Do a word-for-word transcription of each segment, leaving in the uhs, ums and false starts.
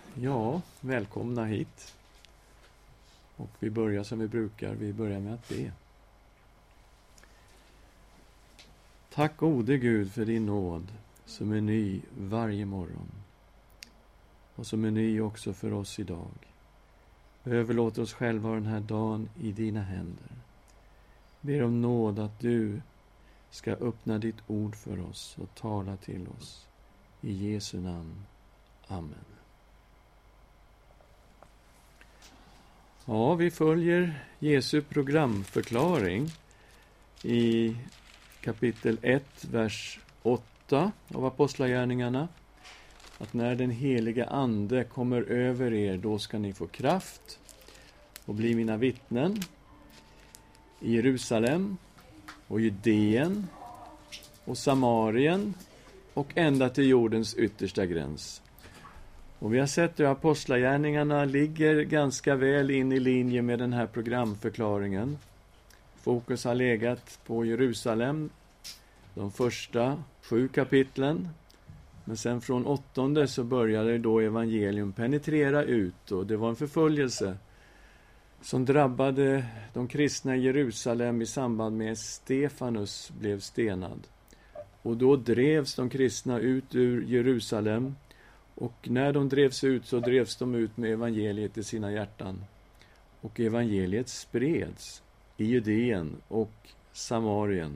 Ja, välkomna hit. Och vi börjar som vi brukar, vi börjar med att be. Tack gode Gud för din nåd som är ny varje morgon. Och som är ny också för oss idag. Överlåt oss själva den här dagen i dina händer. Ber om nåd att du ska öppna ditt ord för oss och tala till oss. I Jesu namn. Amen. Ja, vi följer Jesu programförklaring i kapitel ett, vers åtta av Apostlagärningarna. Att när den heliga ande kommer över er, då ska ni få kraft och bli mina vittnen i Jerusalem och Judeen och Samarien och ända till jordens yttersta gräns. Och vi har sett hur apostlagärningarna ligger ganska väl in i linje med den här programförklaringen. Fokus har legat på Jerusalem, de första sju kapitlen. Men sen från åttonde så började då evangelium penetrera ut, och det var en förföljelse som drabbade de kristna i Jerusalem i samband med Stefanus blev stenad. Och då drevs de kristna ut ur Jerusalem. Och när de drevs ut så drevs de ut med evangeliet i sina hjärtan. Och evangeliet spreds i Judeen och Samarien.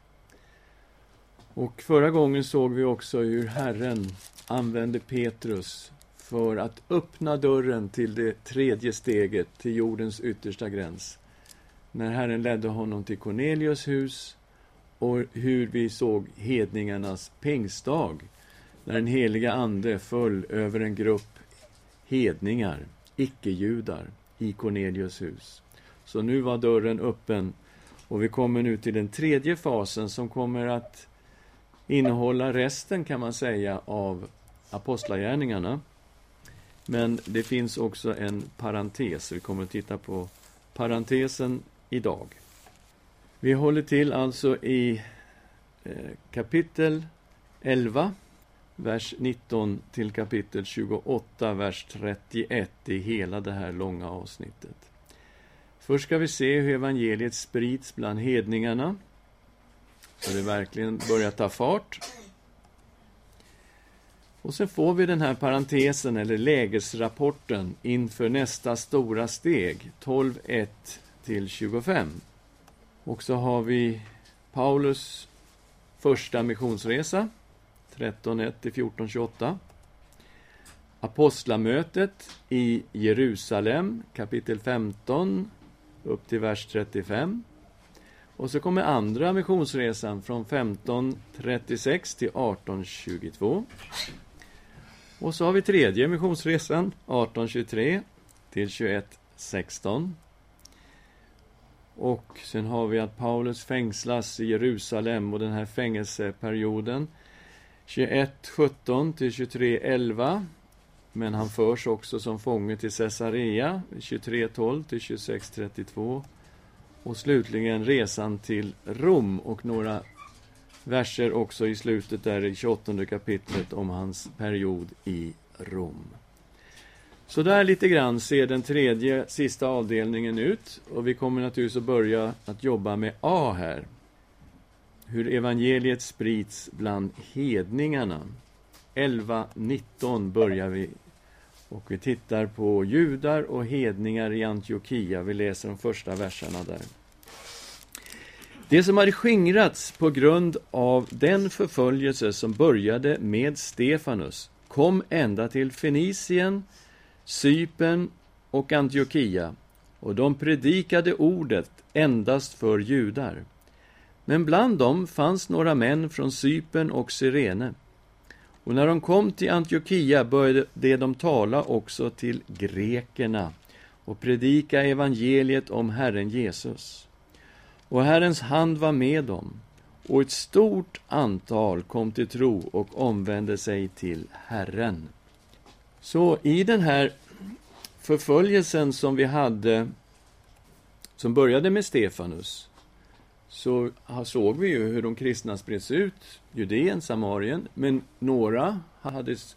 Och förra gången såg vi också hur Herren använde Petrus för att öppna dörren till det tredje steget, till jordens yttersta gräns. När Herren ledde honom till Cornelius hus, och hur vi såg hedningarnas pingstdag. När den heliga ande föll över en grupp hedningar, icke-judar, i Cornelius hus. Så nu var dörren öppen, och vi kommer nu till den tredje fasen som kommer att innehålla resten, kan man säga, av apostlagärningarna. Men det finns också en parentes, vi kommer att titta på parentesen idag. Vi håller till alltså i eh, kapitel elva. Vers nitton till kapitel tjugoåtta, vers trettioett i hela det här långa avsnittet. Först ska vi se hur evangeliet sprids bland hedningarna. Så det verkligen börjar ta fart. Och sen får vi den här parentesen eller lägesrapporten inför nästa stora steg, tolv ett till tjugofem. Och så har vi Paulus första missionsresa, tretton ett till fjorton tjugoåtta. Apostlamötet i Jerusalem, kapitel femton upp till vers trettiofem. Och så kommer andra missionsresan från femton trettiosex till arton tjugotvå. Och så har vi tredje missionsresan, arton tjugotre till tjugoett sexton. Och sen har vi att Paulus fängslas i Jerusalem och den här fängelseperioden tjugoett sjutton till tjugotre elva, men han förs också som fånge till Caesarea tjugotre tolv till tjugosex trettiotvå, och slutligen resan till Rom och några verser också i slutet där i tjugoåttonde kapitlet om hans period i Rom. Så där lite grann ser den tredje sista avdelningen ut, och vi kommer naturligtvis att börja att jobba med A här. Hur evangeliet sprids bland hedningarna. elva nitton börjar vi. Och vi tittar på judar och hedningar i Antiochia. Vi läser de första verserna där. Det som hade skingrats på grund av den förföljelse som började med Stefanus kom ända till Fenicien, Cypern och Antiochia. Och de predikade ordet endast för judar. Men bland dem fanns några män från Cypern och Cyrene. Och när de kom till Antiochia började de tala också till grekerna och predika evangeliet om Herren Jesus. Och Herrens hand var med dem, och ett stort antal kom till tro och omvände sig till Herren. Så i den här förföljelsen som vi hade, som började med Stefanus, så såg vi ju hur de kristna spreds ut, Judeen, Samarien, men några hade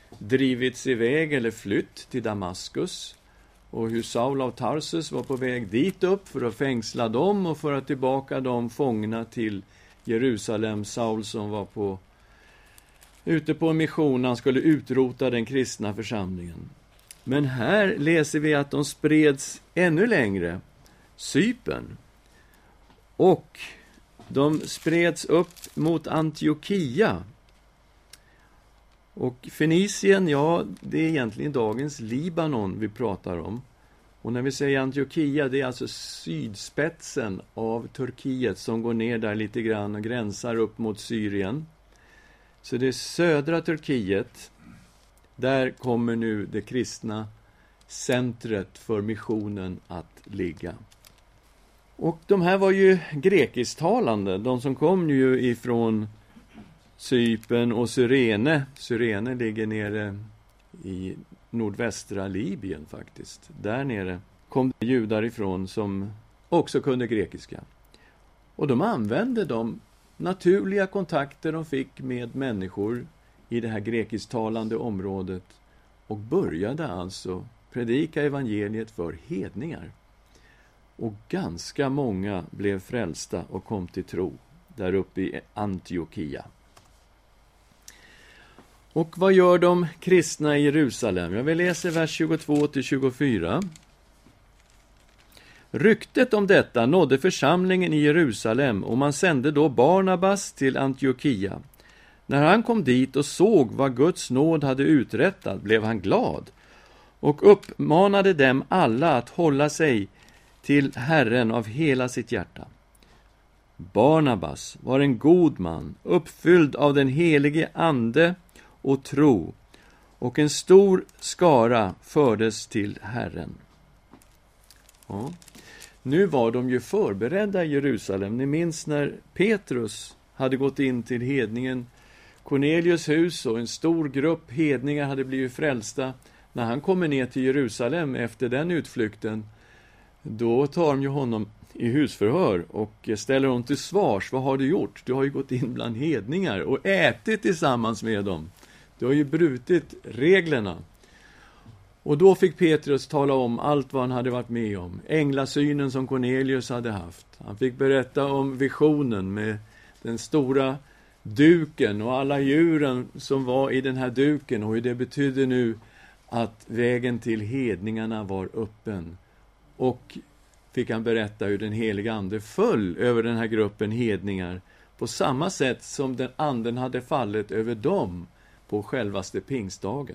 drivits iväg eller flytt till Damaskus, och hur Saul av Tarsus var på väg dit upp för att fängsla dem och föra tillbaka dem fångna till Jerusalem. Saul som var på ute på en mission, han skulle utrota den kristna församlingen. Men här läser vi att de spreds ännu längre, Cypern, och de spreds upp mot Antiokia. Och Fenicien, ja, det är egentligen dagens Libanon vi pratar om. Och när vi säger Antiokia, det är alltså sydspetsen av Turkiet som går ner där lite grann och gränsar upp mot Syrien. Så det är södra Turkiet. Där kommer nu det kristna centret för missionen att ligga. Och de här var ju grekisktalande. De som kom ju ifrån Cypern och Cyrene. Cyrene ligger nere i nordvästra Libyen faktiskt. Där nere kom det judar ifrån som också kunde grekiska. Och de använde de naturliga kontakter de fick med människor i det här grekisktalande området och började alltså predika evangeliet för hedningar. Och ganska många blev frälsta och kom till tro där uppe i Antiokia. Och vad gör de kristna i Jerusalem? Jag vill läsa vers tjugotvå till tjugofyra. Ryktet om detta nådde församlingen i Jerusalem, och man sände då Barnabas till Antiokia. När han kom dit och såg vad Guds nåd hade uträttat blev han glad och uppmanade dem alla att hålla sig till Herren av hela sitt hjärta. Barnabas var en god man, uppfylld av den helige ande och tro, och en stor skara fördes till Herren. Ja. Nu var de ju förberedda i Jerusalem. Ni minns när Petrus hade gått in till hedningen Cornelius hus, och en stor grupp hedningar hade blivit frälsta. När han kommer ner till Jerusalem efter den utflykten, då tar de ju honom i husförhör och ställer honom till svars. Vad har du gjort? Du har ju gått in bland hedningar och ätit tillsammans med dem. Du har ju brutit reglerna. Och då fick Petrus tala om allt vad han hade varit med om. Änglasynen som Cornelius hade haft. Han fick berätta om visionen med den stora duken och alla djuren som var i den här duken, och hur det betydde nu att vägen till hedningarna var öppen. Och fick han berätta hur den heliga ande föll över den här gruppen hedningar på samma sätt som den anden hade fallit över dem på självaste pingstdagen.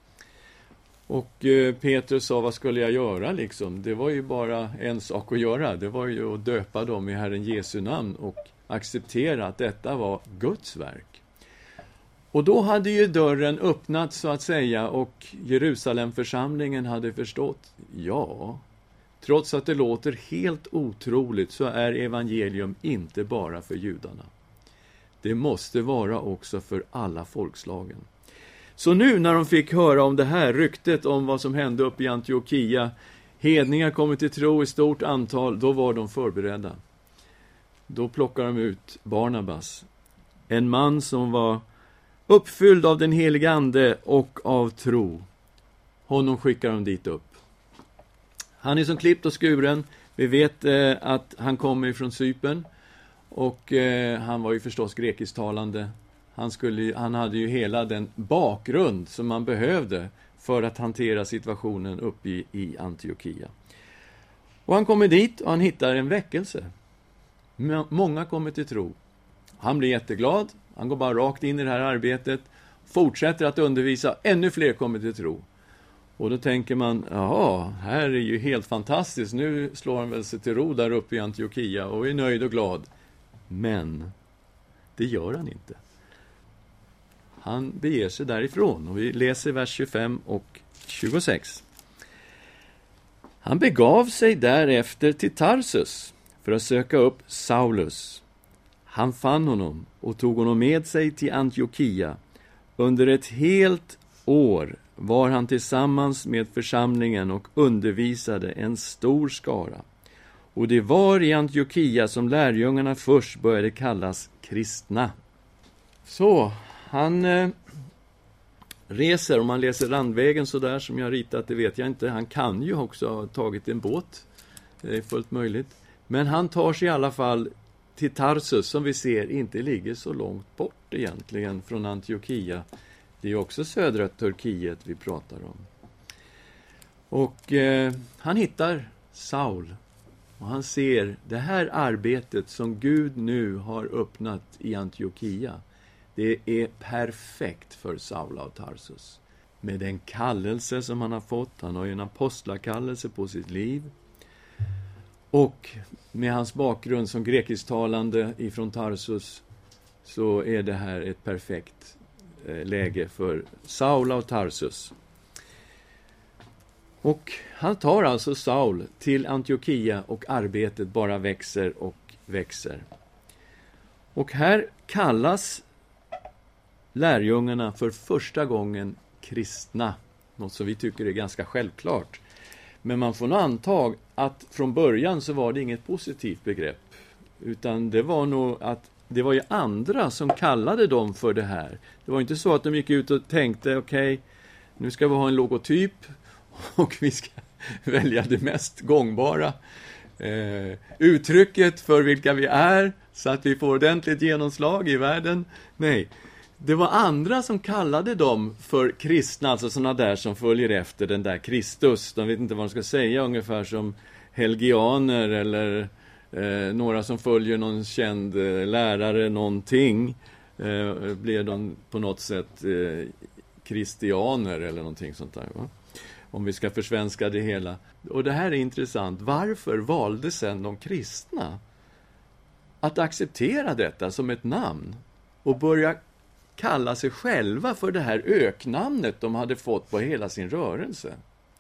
Och eh, Petrus sa, vad skulle jag göra liksom? Det var ju bara en sak att göra. Det var ju att döpa dem i Herren Jesu namn och acceptera att detta var Guds verk. Och då hade ju dörren öppnat så att säga, och Jerusalemförsamlingen hade förstått, ja, trots att det låter helt otroligt så är evangelium inte bara för judarna. Det måste vara också för alla folkslagen. Så nu när de fick höra om det här ryktet om vad som hände uppe i Antiokia, hedningar kommer till tro i stort antal, då var de förberedda. Då plockar de ut Barnabas, en man som var uppfylld av den heliga ande och av tro. Honom skickar de dit upp. Han är som klippt och skuren. Vi vet eh, att han kommer ifrån Cypern, och eh, han var ju förstås grekisktalande. Han, skulle, han hade ju hela den bakgrund som man behövde för att hantera situationen uppe i, i Antiokia. Och han kommer dit och han hittar en väckelse. M- många kommer till tro. Han blir jätteglad. Han går bara rakt in i det här arbetet. Fortsätter att undervisa. Ännu fler kommer till tro. Och då tänker man, jaha, här är ju helt fantastiskt. Nu slår han väl sig till ro där uppe i Antiokia och är nöjd och glad. Men det gör han inte. Han beger sig därifrån, och vi läser vers tjugofem och tjugosex. Han begav sig därefter till Tarsus för att söka upp Saulus. Han fann honom och tog honom med sig till Antiokia. Under ett helt år var han tillsammans med församlingen och undervisade en stor skara. Och det var i Antiokia som lärjungarna först började kallas kristna. Så, han eh, reser, om man läser Randvägen så där som jag ritat, det vet jag inte. Han kan ju också ha tagit en båt. Det är fullt möjligt. Men han tar sig i alla fall till Tarsus, som vi ser inte ligger så långt bort egentligen från Antiochia. Det är också södra Turkiet vi pratar om. Och eh, han hittar Saul. Och han ser det här arbetet som Gud nu har öppnat i Antiochia. Det är perfekt för Saul av Tarsus. Med den kallelse som han har fått. Han har ju en apostlakallelse på sitt liv. Och med hans bakgrund som grekisktalande ifrån Tarsus så är det här ett perfekt eh, läge för Saul av Tarsus. Och han tar alltså Saul till Antiochia och arbetet bara växer och växer. Och här kallas lärjungarna för första gången kristna. Något som vi tycker är ganska självklart. Men man får nog anta att från början så var det inget positivt begrepp. Utan det var nog att det var ju andra som kallade dem för det här. Det var inte så att de gick ut och tänkte okej, okay, nu ska vi ha en logotyp och vi ska välja det mest gångbara eh, uttrycket för vilka vi är så att vi får ordentligt genomslag i världen. Nej, det var andra som kallade dem för kristna, alltså sådana där som följer efter den där Kristus. De vet inte vad de ska säga, ungefär som helgianer eller eh, några som följer någon känd eh, lärare, någonting. Eh, blir de på något sätt eh, kristianer eller någonting sånt där, va? Om vi ska försvenska det hela. Och det här är intressant. Varför valde sen de kristna att acceptera detta som ett namn och börja kalla sig själva för det här öknamnet de hade fått på hela sin rörelse?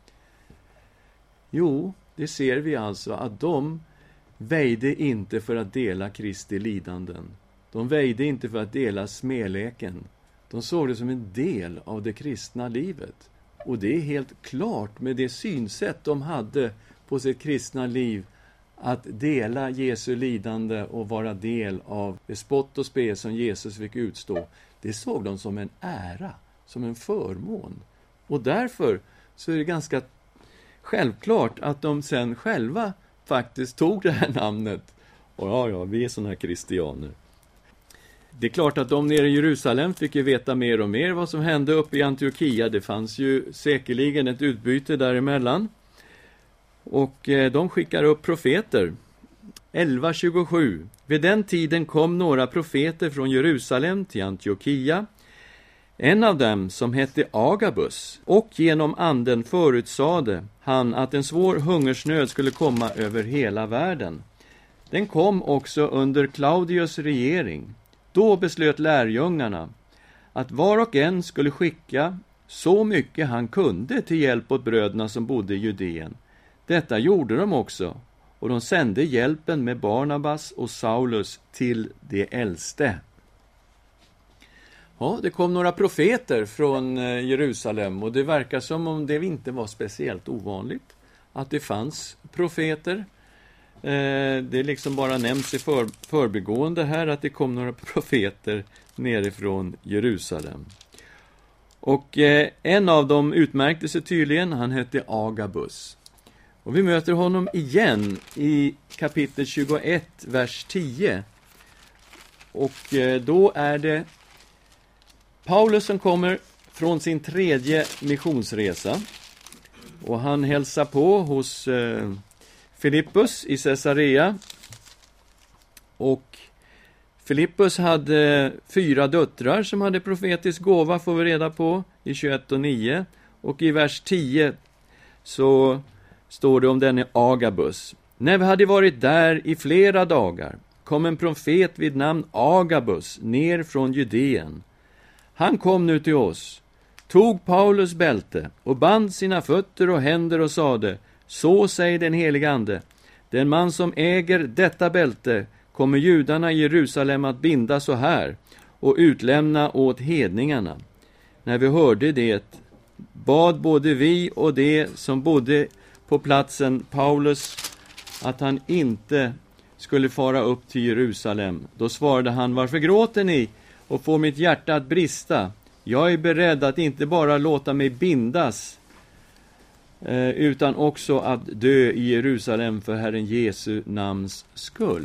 Jo, det ser vi alltså att de väjde inte för att dela Kristi lidanden. De väjde inte för att dela smäleken. De såg det som en del av det kristna livet. Och det är helt klart med det synsätt de hade på sitt kristna liv att dela Jesu lidande och vara del av det spott och spe som Jesus fick utstå. Det såg de som en ära, som en förmån. Och därför så är det ganska självklart att de sen själva faktiskt tog det här namnet. Och ja, ja, vi är såna här kristianer. Det är klart att de nere i Jerusalem fick ju veta mer och mer vad som hände uppe i Antiochia. Det fanns ju säkerligen ett utbyte däremellan. Och eh, de skickar upp profeter. elva tjugosju. Vid den tiden kom några profeter från Jerusalem till Antiochia. En av dem som hette Agabus, och genom anden förutsade han att en svår hungersnöd skulle komma över hela världen. Den kom också under Claudius regering. Då beslöt lärjungarna att var och en skulle skicka så mycket han kunde till hjälp åt bröderna som bodde i Judeen. Detta gjorde de också, och de sände hjälpen med Barnabas och Saulus till de äldste. Ja, det kom några profeter från Jerusalem, och det verkar som om det inte var speciellt ovanligt att det fanns profeter. Det liksom bara nämns i för, förbigående här att det kom några profeter nerifrån Jerusalem. Och eh, en av dem utmärkte sig tydligen, han hette Agabus. Och vi möter honom igen i kapitel tjugoett, vers tio. Och eh, då är det Paulus som kommer från sin tredje missionsresa. Och han hälsar på hos eh, Filippus i Caesarea. Och Filippus hade fyra döttrar som hade profetisk gåva, får vi reda på, i tjugoett och nio. Och i vers tio så står det om denne Agabus. När vi hade varit där i flera dagar kom en profet vid namn Agabus ner från Judeen. Han kom nu till oss, tog Paulus bälte och band sina fötter och händer och sade: så säger den helige ande, den man som äger detta bälte kommer judarna i Jerusalem att binda så här och utlämna åt hedningarna. När vi hörde det bad både vi och de som bodde på platsen Paulus att han inte skulle fara upp till Jerusalem. Då svarade han: varför gråter ni och får mitt hjärta att brista? Jag är beredd att inte bara låta mig bindas, eh, utan också att dö i Jerusalem för Herren Jesu namns skull.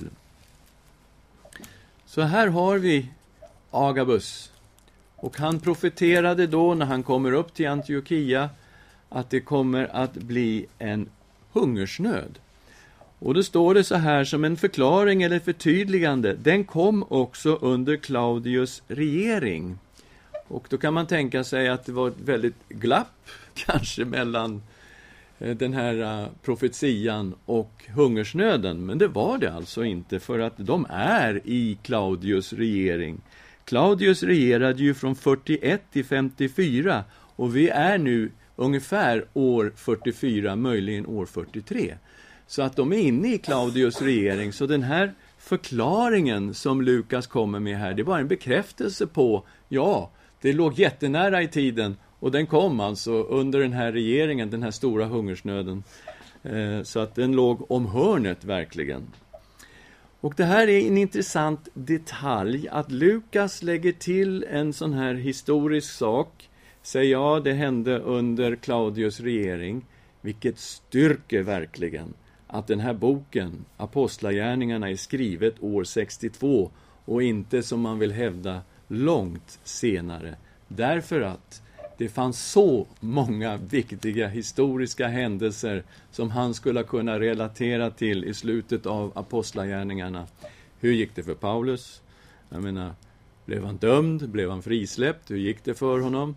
Så här har vi Agabus. Och han profeterade då när han kommer upp till Antiokia att det kommer att bli en hungersnöd. Och då står det så här som en förklaring eller förtydligande. Den kom också under Claudius regering. Och då kan man tänka sig att det var ett väldigt glapp kanske mellan den här profetian och hungersnöden. Men det var det alltså inte, för att de är i Claudius regering. Claudius regerade ju från fyrtioett till femtiofyra och vi är nu ungefär år fyrtiofyra, möjligen år fyrtiotre. Så att de är inne i Claudius regering. Så den här förklaringen som Lukas kommer med här, det var en bekräftelse på, ja, det låg jättenära i tiden och den kom alltså under den här regeringen, den här stora hungersnöden. Eh, så att den låg om hörnet verkligen. Och det här är en intressant detalj, att Lukas lägger till en sån här historisk sak. Säger ja, det hände under Claudius regering, vilket styrker verkligen att den här boken, Apostlagärningarna, är skrivet år sextiotvå och inte, som man vill hävda, långt senare. Därför att det fanns så många viktiga historiska händelser som han skulle kunna relatera till i slutet av Apostlagärningarna. Hur gick det för Paulus? Jag menar, blev han dömd? Blev han frisläppt? Hur gick det för honom?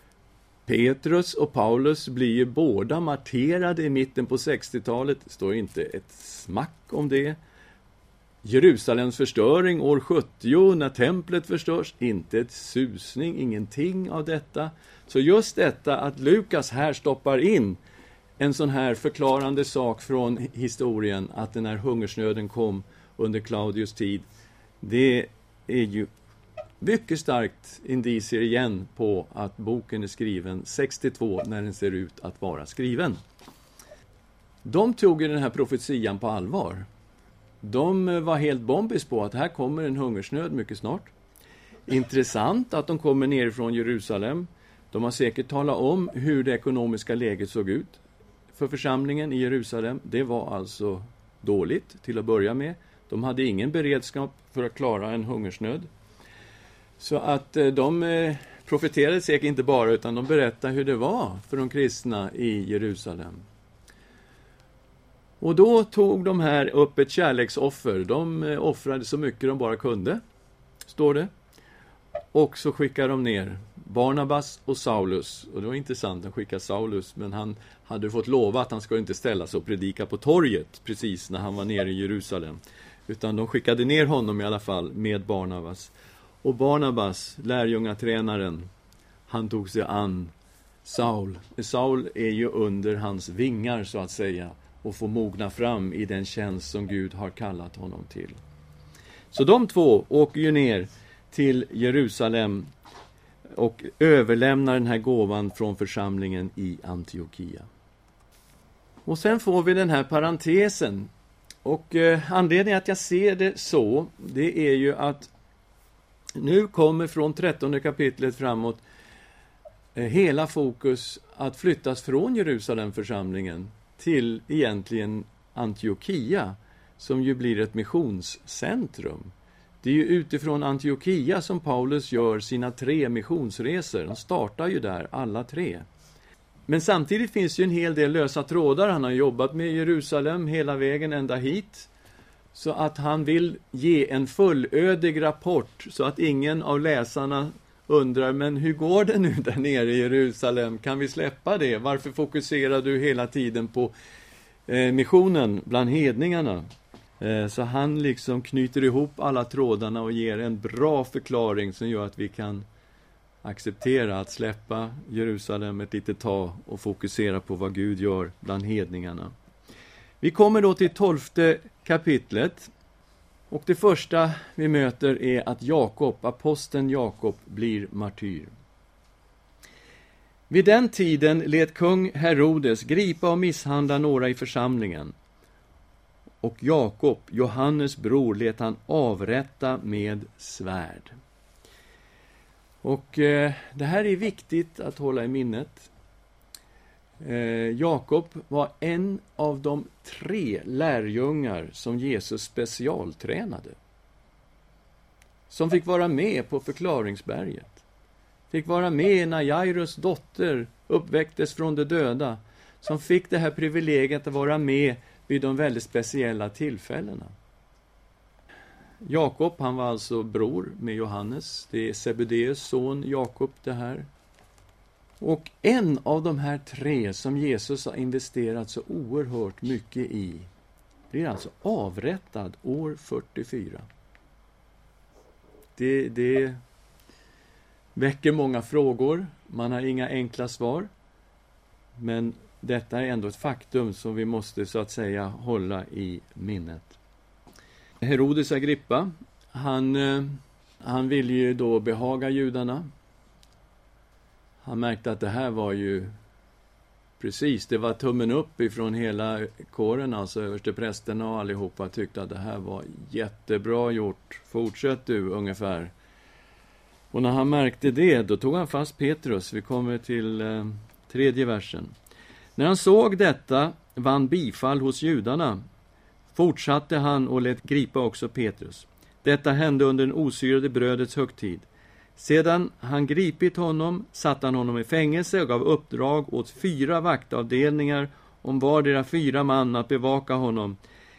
Petrus och Paulus blir ju båda marterade i mitten på sextiotalet. Det står inte ett smack om det. Jerusalems förstöring år sjuttio när templet förstörs, inte ett susning, ingenting av detta. Så just detta att Lukas här stoppar in en sån här förklarande sak från historien, att den här hungersnöden kom under Claudius tid, det är ju mycket starkt indicier igen på att boken är skriven sextiotvå när den ser ut att vara skriven. De tog ju den här profetian på allvar. De var helt bombis på att här kommer en hungersnöd mycket snart. Intressant att de kommer ner från Jerusalem. De har säkert talat om hur det ekonomiska läget såg ut för församlingen i Jerusalem. Det var alltså dåligt till att börja med. De hade ingen beredskap för att klara en hungersnöd. Så att de profeterade säkert inte bara, utan de berättade hur det var för de kristna i Jerusalem. Och då tog de här upp ett kärleksoffer. De offrade så mycket de bara kunde, står det. Och så skickade de ner Barnabas och Saulus. Och det var intressant att skicka Saulus, men han hade fått lova att han skulle inte ställa sig och predika på torget precis när han var nere i Jerusalem. Utan de skickade ner honom i alla fall med Barnabas. Och Barnabas, lärjungatränaren, han tog sig an Saul. Saul är ju under hans vingar så att säga, och får mogna fram i den tjänst som Gud har kallat honom till. Så de två åker ju ner till Jerusalem och överlämnar den här gåvan från församlingen i Antiokia. Och sen får vi den här parentesen. Och eh, anledningen att jag ser det så, det är ju att nu kommer från trettonde kapitlet framåt eh, hela fokus att flyttas från Jerusalem-församlingen till egentligen Antiokia, som ju blir ett missionscentrum. Det är ju utifrån Antiokia som Paulus gör sina tre missionsresor. De startar ju där, alla tre. Men samtidigt finns ju en hel del lösa trådar. Han har jobbat med Jerusalem hela vägen ända hit. Så att han vill ge en fullödig rapport så att ingen av läsarna undrar, men hur går det nu där nere i Jerusalem? Kan vi släppa det? Varför fokuserar du hela tiden på eh, missionen bland hedningarna? Eh, så han liksom knyter ihop alla trådarna och ger en bra förklaring som gör att vi kan acceptera att släppa Jerusalem ett litet tag och fokusera på vad Gud gör bland hedningarna. Vi kommer då till tolfte kapitlet. Och det första vi möter är att Jakob, aposteln Jakob, blir martyr. Vid den tiden lät kung Herodes gripa och misshandla några i församlingen. Och Jakob, Johannes bror, lät han avrätta med svärd. Och eh, det här är viktigt att hålla i minnet. Eh, Jakob var en av de tre lärjungar som Jesus specialtränade. Som fick vara med på förklaringsberget. Fick vara med när Jairus dotter uppväcktes från de döda. Som fick det här privilegiet att vara med vid de väldigt speciella tillfällena. Jakob, han var alltså bror med Johannes. Det är Zebedeus son Jakob det här. Och en av de här tre som Jesus har investerat så oerhört mycket i blir alltså avrättad år fyrtiofyra. Det, det väcker många frågor. Man har inga enkla svar. Men detta är ändå ett faktum som vi måste så att säga hålla i minnet. Herodes Agrippa, han, han ville ju då behaga judarna. Han märkte att det här var ju precis, det var tummen upp ifrån hela kåren, alltså översteprästerna och allihopa tyckte att det här var jättebra gjort. Fortsätt du ungefär. Och när han märkte det, då tog han fast Petrus. Vi kommer till eh, tredje versen. När han såg detta vann bifall hos judarna. Fortsatte han och lät gripa också Petrus. Detta hände under den osyrade brödets högtid. Sedan han gripit honom satte han honom i fängelse och gav uppdrag åt fyra vaktavdelningar om vardera fyra man att bevaka honom.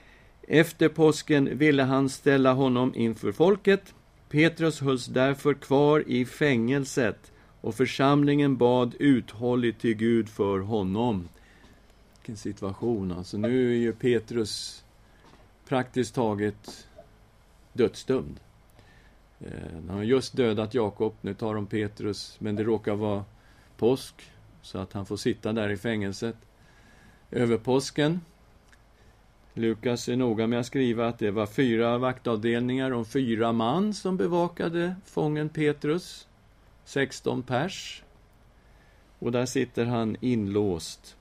Efter påsken ville han ställa honom inför folket. Petrus hölls därför kvar i fängelset och församlingen bad uthålligt till Gud för honom. Vilken situation alltså. Nu är ju Petrus praktiskt taget dödsdömd. Han har just dödat Jakob, nu tar de Petrus, men det råkar vara påsk så att han får sitta där i fängelset över påsken. Lukas är noga med att skriva att det var fyra vaktavdelningar om fyra man som bevakade fången Petrus, sexton pers, och där sitter han inlåst.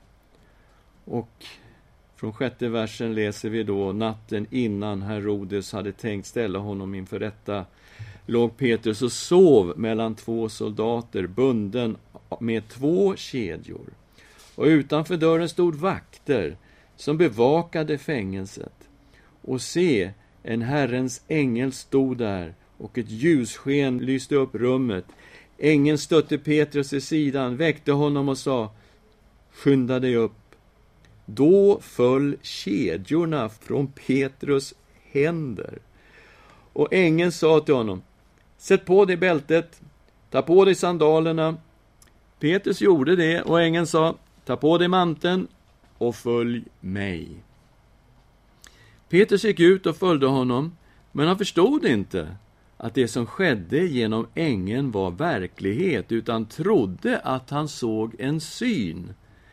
Och från sjätte versen läser vi då: natten innan Herodes hade tänkt ställa honom inför rätta låg Petrus och sov mellan två soldater, bunden med två kedjor. Och utanför dörren stod vakter som bevakade fängelset. Och se, en Herrens ängel stod där och ett ljussken lyste upp rummet. Ängeln stötte Petrus i sidan, väckte honom och sa: skynda dig upp. Då föll kedjorna från Petrus händer. Och ängeln sa till honom: sätt på dig bältet, ta på dig sandalerna. Petrus gjorde det och ängeln sa: ta på dig manteln och följ mig. Petrus gick ut och följde honom, men han förstod inte att det som skedde genom ängeln var verklighet, utan trodde att han såg en syn.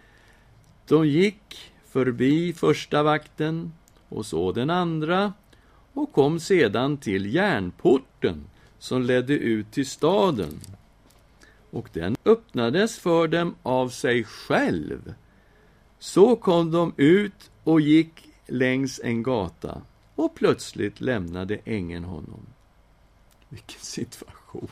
De gick förbi första vakten och så den andra och kom sedan till järnporten som ledde ut till staden. Och den öppnades för dem av sig själv. Så kom de ut och gick längs en gata och plötsligt lämnade ängeln honom. Vilken situation.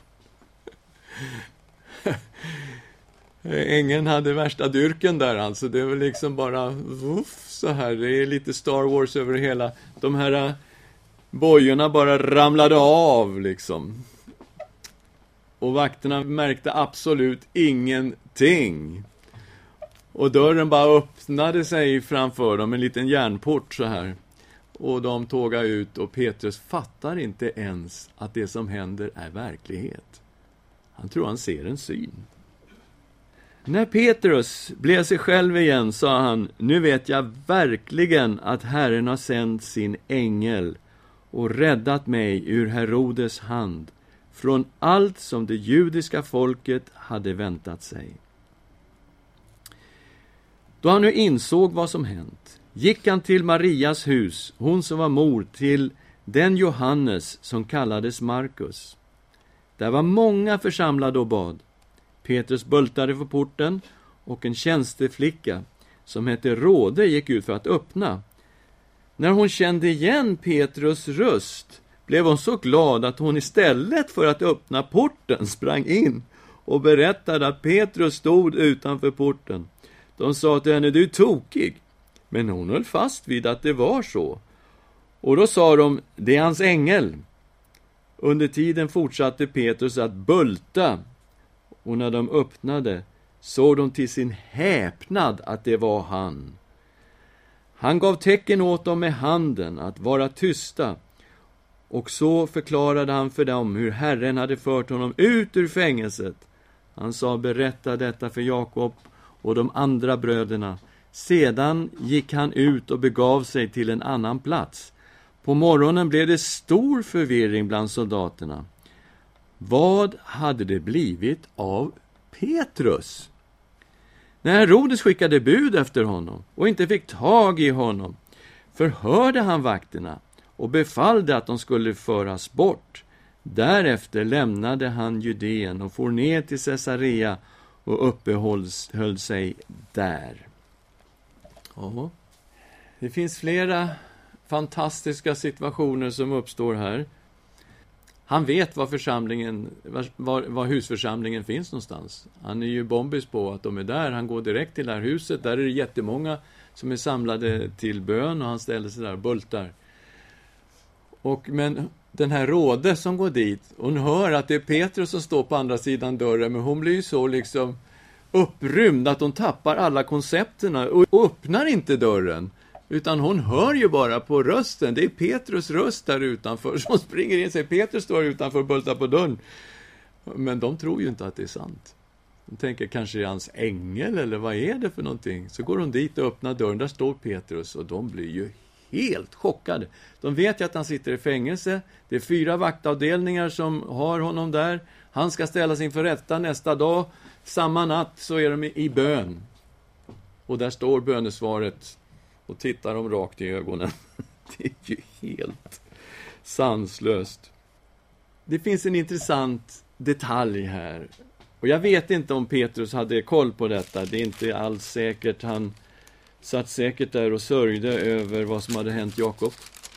Ängeln hade värsta dyrken där alltså. Det var liksom bara vuff, så här. Det är lite Star Wars över hela. De här bojorna bara ramlade av liksom. Och vakterna märkte absolut ingenting. Och dörren bara öppnade sig framför dem, en liten järnport så här. Och de tågade ut och Petrus fattar inte ens att det som händer är verklighet. Han tror han ser en syn. När Petrus blev sig själv igen sa han: nu vet jag verkligen att Herren har sänt sin ängel och räddat mig ur Herodes hand från allt som det judiska folket hade väntat sig. Då han nu insåg vad som hänt gick han till Marias hus, hon som var mor till den Johannes som kallades Markus. Där var många församlade och bad. Petrus bultade för porten och en tjänsteflicka som hette Råde gick ut för att öppna. När hon kände igen Petrus röst blev hon så glad att hon istället för att öppna porten sprang in och berättade att Petrus stod utanför porten. De sa till henne, du är tokig. Men hon höll fast vid att det var så. Och då sa de, det är hans ängel. Under tiden fortsatte Petrus att bulta. Och när de öppnade såg de till sin häpnad att det var han. Han gav tecken åt dem med handen att vara tysta. Och så förklarade han för dem hur Herren hade fört honom ut ur fängelset. Han sa, berätta detta för Jakob och de andra bröderna. Sedan gick han ut och begav sig till en annan plats. På morgonen blev det stor förvirring bland soldaterna. Vad hade det blivit av Petrus? När Herodes skickade bud efter honom och inte fick tag i honom, förhörde han vakterna och befallde att de skulle föras bort. Därefter lämnade han Judeen och for ner till Caesarea och uppehöll sig där. Ja. Det finns flera fantastiska situationer som uppstår här. Han vet var församlingen, var, var husförsamlingen finns någonstans. Han är ju bombis på att de är där. Han går direkt till det här huset. Där är det jättemånga som är samlade till bön och han ställer sig där och bultar. Och, men den här Råde som går dit, hon hör att det är Petrus som står på andra sidan dörren, men hon blir ju så liksom upprymd att hon tappar alla koncepterna och öppnar inte dörren. Utan hon hör ju bara på rösten. Det är Petrus röst där utanför. Så hon springer in sig. Petrus står utanför och bultar på dörren. Men de tror ju inte att det är sant. De tänker kanske det är hans ängel eller vad är det för någonting. Så går de dit och öppnar dörren. Där står Petrus och de blir ju helt chockade. De vet ju att han sitter i fängelse. Det är fyra vaktavdelningar som har honom där. Han ska ställas inför rätta nästa dag. Samma natt så är de i bön. Och där står bönesvaret. Och tittar dem rakt i ögonen. Det är ju helt sanslöst. Det finns en intressant detalj här. Och jag vet inte om Petrus hade koll på detta. Det är inte alls säkert. Han satt säkert där och sörjde över vad som hade hänt Jakob.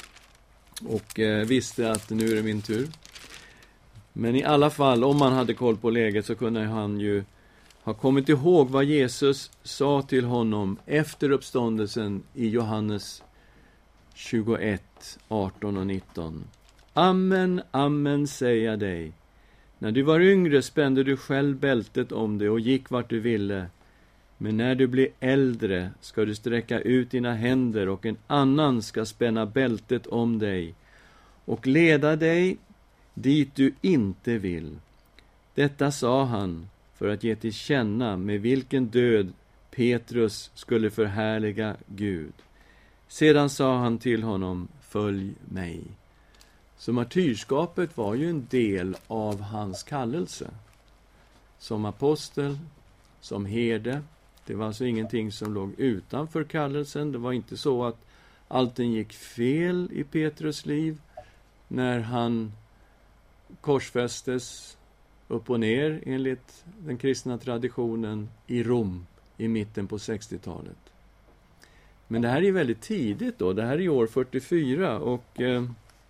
Och eh, visste att nu är det min tur. Men i alla fall, om man hade koll på läget så kunde han ju har kommit ihåg vad Jesus sa till honom efter uppståndelsen i Johannes tjugoett, arton och nitton. Amen, amen säger jag dig. När du var yngre spände du själv bältet om dig och gick vart du ville. Men när du blir äldre ska du sträcka ut dina händer och en annan ska spänna bältet om dig och leda dig dit du inte vill. Detta sa han för att ge till känna med vilken död Petrus skulle förhärliga Gud. Sedan sa han till honom, följ mig. Så martyrskapet var ju en del av hans kallelse. Som apostel, som herde. Det var alltså ingenting som låg utanför kallelsen. Det var inte så att allting gick fel i Petrus liv när han korsfästes upp och ner enligt den kristna traditionen i Rom i mitten på sextiotalet. Men det här är väldigt tidigt då. Det här är år fyrtiofyra och eh,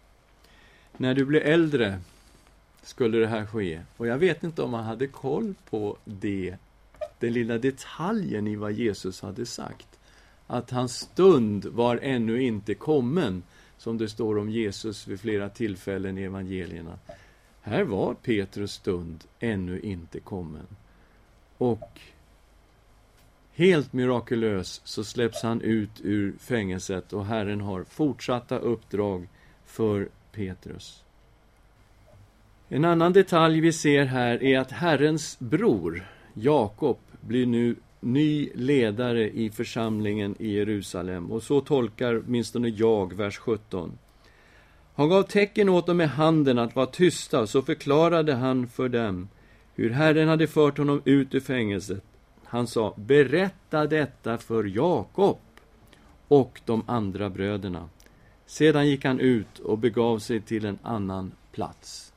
när du blir äldre skulle det här ske. Och jag vet inte om man hade koll på det, den lilla detaljen i vad Jesus hade sagt. Att hans stund var ännu inte kommen, som det står om Jesus vid flera tillfällen i evangelierna. Här var Petrus stund ännu inte kommen. Och helt mirakulös så släpps han ut ur fängelset och Herren har fortsatta uppdrag för Petrus. En annan detalj vi ser här är att Herrens bror Jakob blir nu ny ledare i församlingen i Jerusalem. Och så tolkar åtminstone jag vers sjutton. Han gav tecken åt dem med handen att vara tysta, så förklarade han för dem hur Herren hade fört honom ut ur fängelset. Han sa, berätta detta för Jakob och de andra bröderna. Sedan gick han ut och begav sig till en annan plats.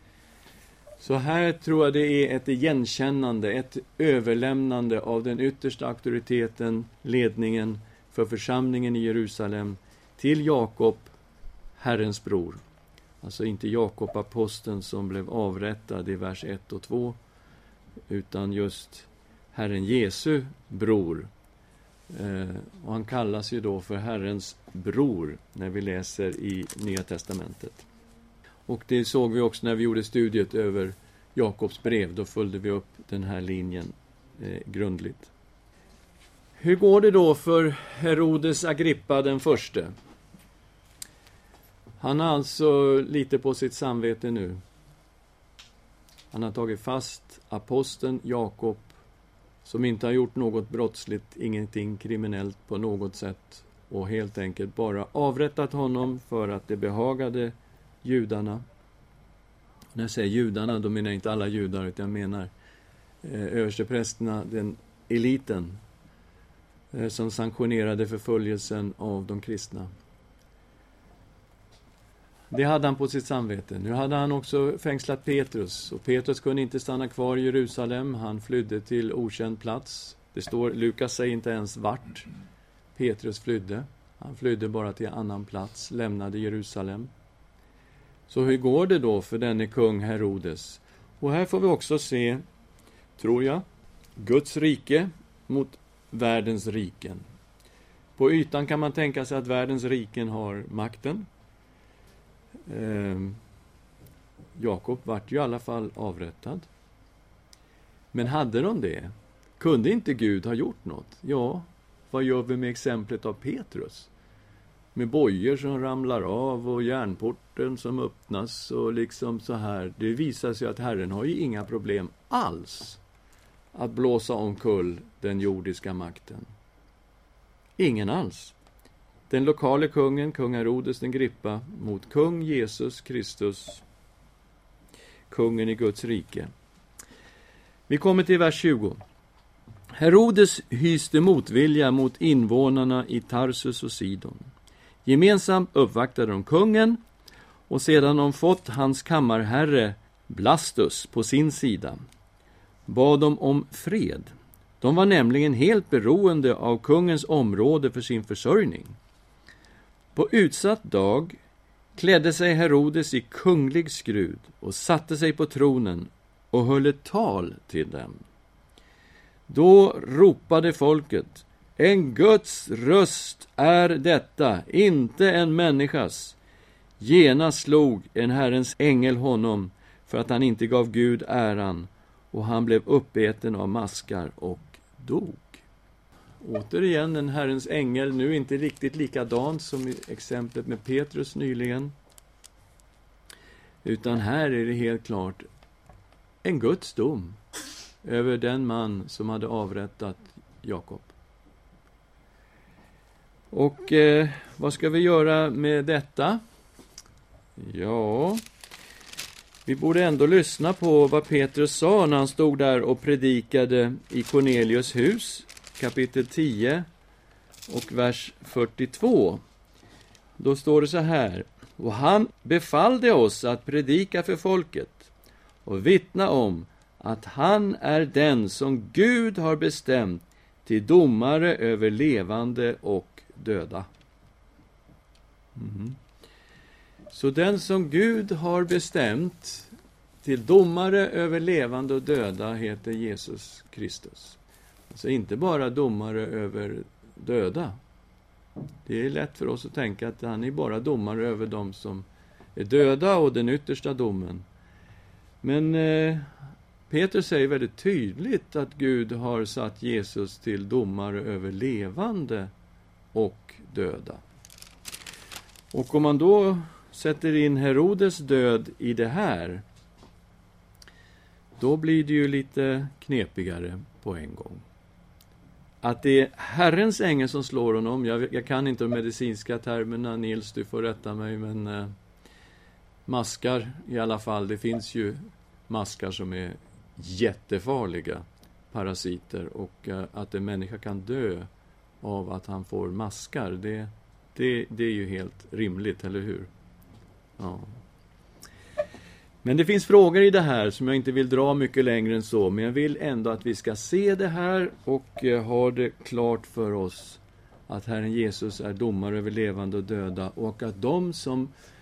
Så här tror jag det är ett igenkännande, ett överlämnande av den yttersta auktoriteten, ledningen för församlingen i Jerusalem till Jakob, Herrens bror. Alltså inte Jakob aposteln som blev avrättad i vers ett och två, utan just Herren Jesu bror. Eh, och han kallas ju då för Herrens bror när vi läser i Nya testamentet. Och det såg vi också när vi gjorde studiet över Jakobs brev. Då följde vi upp den här linjen eh, grundligt. Hur går det då för Herodes Agrippa den förste? Han har alltså lite på sitt samvete nu. Han har tagit fast aposteln Jakob, som inte har gjort något brottsligt, ingenting kriminellt på något sätt, och helt enkelt bara avrättat honom för att det behagade judarna. När jag säger judarna, då menar jag inte alla judar, utan jag menar eh, översteprästerna, den eliten eh, som sanktionerade förföljelsen av de kristna. Det hade han på sitt samvete. Nu hade han också fängslat Petrus. Och Petrus kunde inte stanna kvar i Jerusalem. Han flydde till okänd plats. Det står, Lukas säger inte ens vart Petrus flydde. Han flydde bara till en annan plats, lämnade Jerusalem. Så hur går det då för denne kung Herodes? Och här får vi också se, tror jag, Guds rike mot världens riken. På ytan kan man tänka sig att världens riken har makten. Eh, Jakob vart ju i alla fall avrättad. Men hade de det? Kunde inte Gud ha gjort något? Ja, vad gör vi med exemplet av Petrus? Med bojor som ramlar av och järnporten som öppnas och liksom så här. Det visar sig att Herren har ju inga problem alls att blåsa omkull den jordiska makten. Ingen alls. Den lokale kungen, kung Herodes den Grippa, mot kung Jesus Kristus, kungen i Guds rike. Vi kommer till vers tjugo. Herodes hyste motvilja mot invånarna i Tarsus och Sidon. Gemensamt uppvaktade de kungen, och sedan de fått hans kammarherre Blastus på sin sida bad de om fred. De var nämligen helt beroende av kungens område för sin försörjning. På utsatt dag klädde sig Herodes i kunglig skrud och satte sig på tronen och höll ett tal till dem. Då ropade folket: en Guds röst är detta, inte en människas. Genast slog en Herrens ängel honom för att han inte gav Gud äran, och han blev uppäten av maskar och dog. Återigen en Herrens ängel, nu inte riktigt likadant som i exemplet med Petrus nyligen. Utan här är det helt klart en Guds dom över den man som hade avrättat Jakob. Och eh, vad ska vi göra med detta? Ja, vi borde ändå lyssna på vad Petrus sa när han stod där och predikade i Cornelius hus, kapitel tio och vers fyrtiotvå. Då står det så här: och han befallde oss att predika för folket och vittna om att han är den som Gud har bestämt till domare över levande och döda. Mm. Så den som Gud har bestämt till domare över levande och döda heter Jesus Kristus. Alltså inte bara domare över döda. Det är lätt för oss att tänka att han är bara domare över dem som är döda och den yttersta domen. Men eh, Petrus säger väldigt tydligt att Gud har satt Jesus till domare över levande och döda. Och om man då sätter in Herodes död i det här, då blir det ju lite knepigare på en gång. Att det är Herrens ängel som slår honom, jag, jag kan inte de medicinska termerna, Nils, du får rätta mig, men eh, maskar i alla fall, det finns ju maskar som är jättefarliga parasiter, och eh, att en människa kan dö av att han får maskar, det, det, det är ju helt rimligt, eller hur? Ja. Men det finns frågor i det här som jag inte vill dra mycket längre än så, men jag vill ändå att vi ska se det här och eh, ha det klart för oss att Herren Jesus är domare över levande och döda, och att de som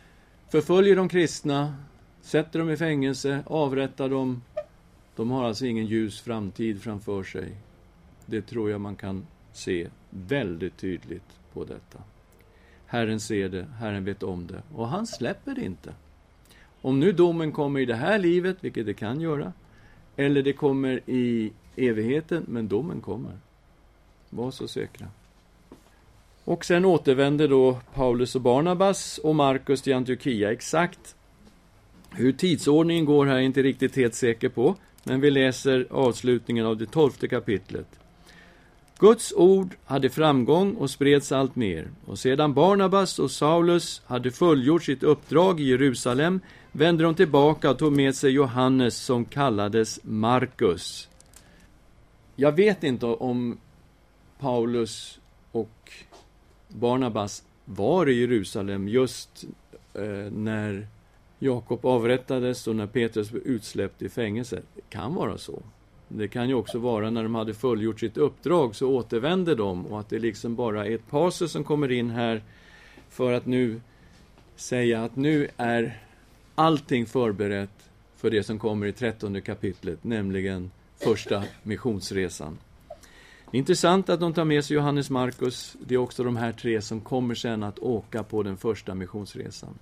förföljer de kristna, sätter dem i fängelse, avrättar dem. De har alltså ingen ljus framtid framför sig. Det tror jag man kan se väldigt tydligt på detta. Herren ser det, Herren vet om det, och han släpper det inte. Om nu domen kommer i det här livet, vilket det kan göra, eller det kommer i evigheten, men domen kommer. Var så säkra. Och sen återvänder då Paulus och Barnabas och Markus till Antiochia. Exakt hur tidsordningen går här är jag inte riktigt helt säker på, men vi läser avslutningen av det tolfte kapitlet. Guds ord hade framgång och spreds allt mer. Och sedan Barnabas och Saulus hade fullgjort sitt uppdrag i Jerusalem vände de tillbaka och tog med sig Johannes som kallades Markus. Jag vet inte om Paulus och Barnabas var i Jerusalem just eh, när Jakob avrättades och när Petrus blev utsläppt i fängelse. Det kan vara så. Det kan ju också vara när de hade fullgjort sitt uppdrag så återvände de, och att det liksom bara är ett passus som kommer in här för att nu säga att nu är allting förberett för det som kommer i trettonde kapitlet, nämligen första missionsresan. Det är intressant att de tar med sig Johannes Markus. Det är också de här tre som kommer sen att åka på den första missionsresan.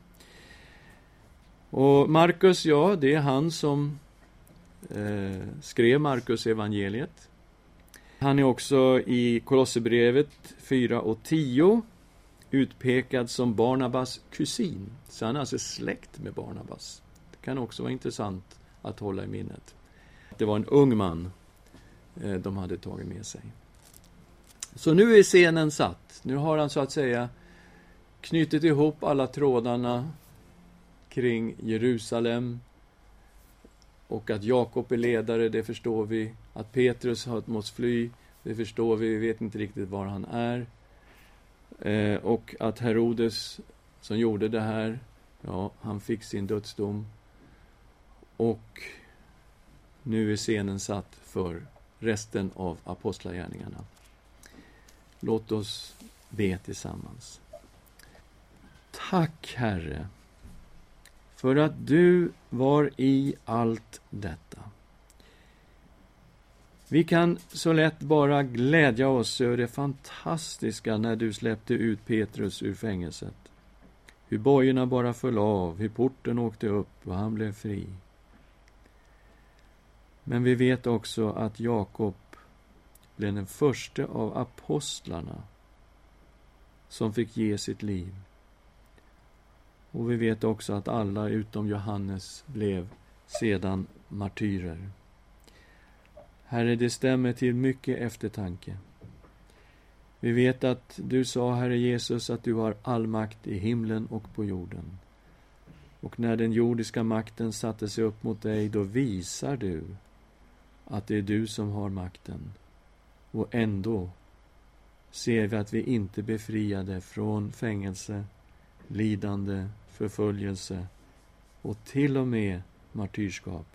Och Markus, ja, det är han som eh, skrev Markus evangeliet. Han är också i Kolosserbrevet fyra och tio utpekad som Barnabas kusin. Så han är alltså släkt med Barnabas. Det kan också vara intressant att hålla i minnet. Det var en ung man eh, de hade tagit med sig. Så nu är scenen satt. Nu har han så att säga knutit ihop alla trådarna kring Jerusalem, och att Jakob är ledare, det förstår vi. Att Petrus har måste fly, det förstår vi. Vi vet inte riktigt var han är. Eh, och att Herodes som gjorde det här, ja, han fick sin dödsdom. Och nu är scenen satt för resten av apostlagärningarna. Låt oss be tillsammans. Tack, Herre, för att du var i allt detta. Vi kan så lätt bara glädja oss över det fantastiska när du släppte ut Petrus ur fängelset. Hur bojorna bara föll av, hur porten åkte upp och han blev fri. Men vi vet också att Jakob blev den första av apostlarna som fick ge sitt liv. Och vi vet också att alla utom Johannes blev sedan martyrer. Herre, det stämmer till mycket eftertanke. Vi vet att du sa, Herre Jesus, att du har all makt i himlen och på jorden. Och när den jordiska makten satte sig upp mot dig, då visar du att det är du som har makten. Och ändå ser vi att vi inte befriade från fängelse, lidande, förföljelse och till och med martyrskap.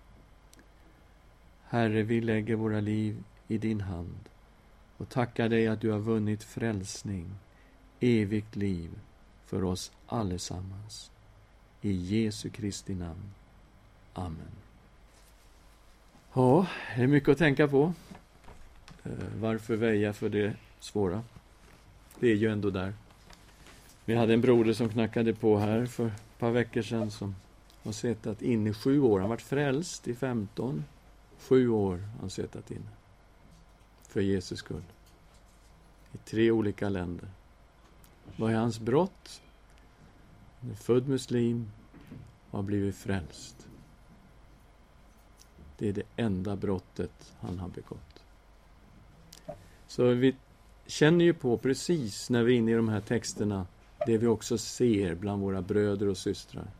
Herre, vi lägger våra liv i din hand och tackar dig att du har vunnit frälsning, evigt liv för oss allesammans. I Jesu Kristi namn. Amen. Ja, det är mycket att tänka på. Varför väja för det svåra? Det är ju ändå där. Vi hade en broder som knackade på här för ett par veckor sedan som har suttit in i sju år. Han har varit frälst i femton. Sju år har han suttit inne. För Jesus skull. I tre olika länder. Vad är hans brott? Han är född muslim och har blivit frälst. Det är det enda brottet han har begått. Så vi känner ju på precis när vi är inne i de här texterna det vi också ser bland våra bröder och systrar.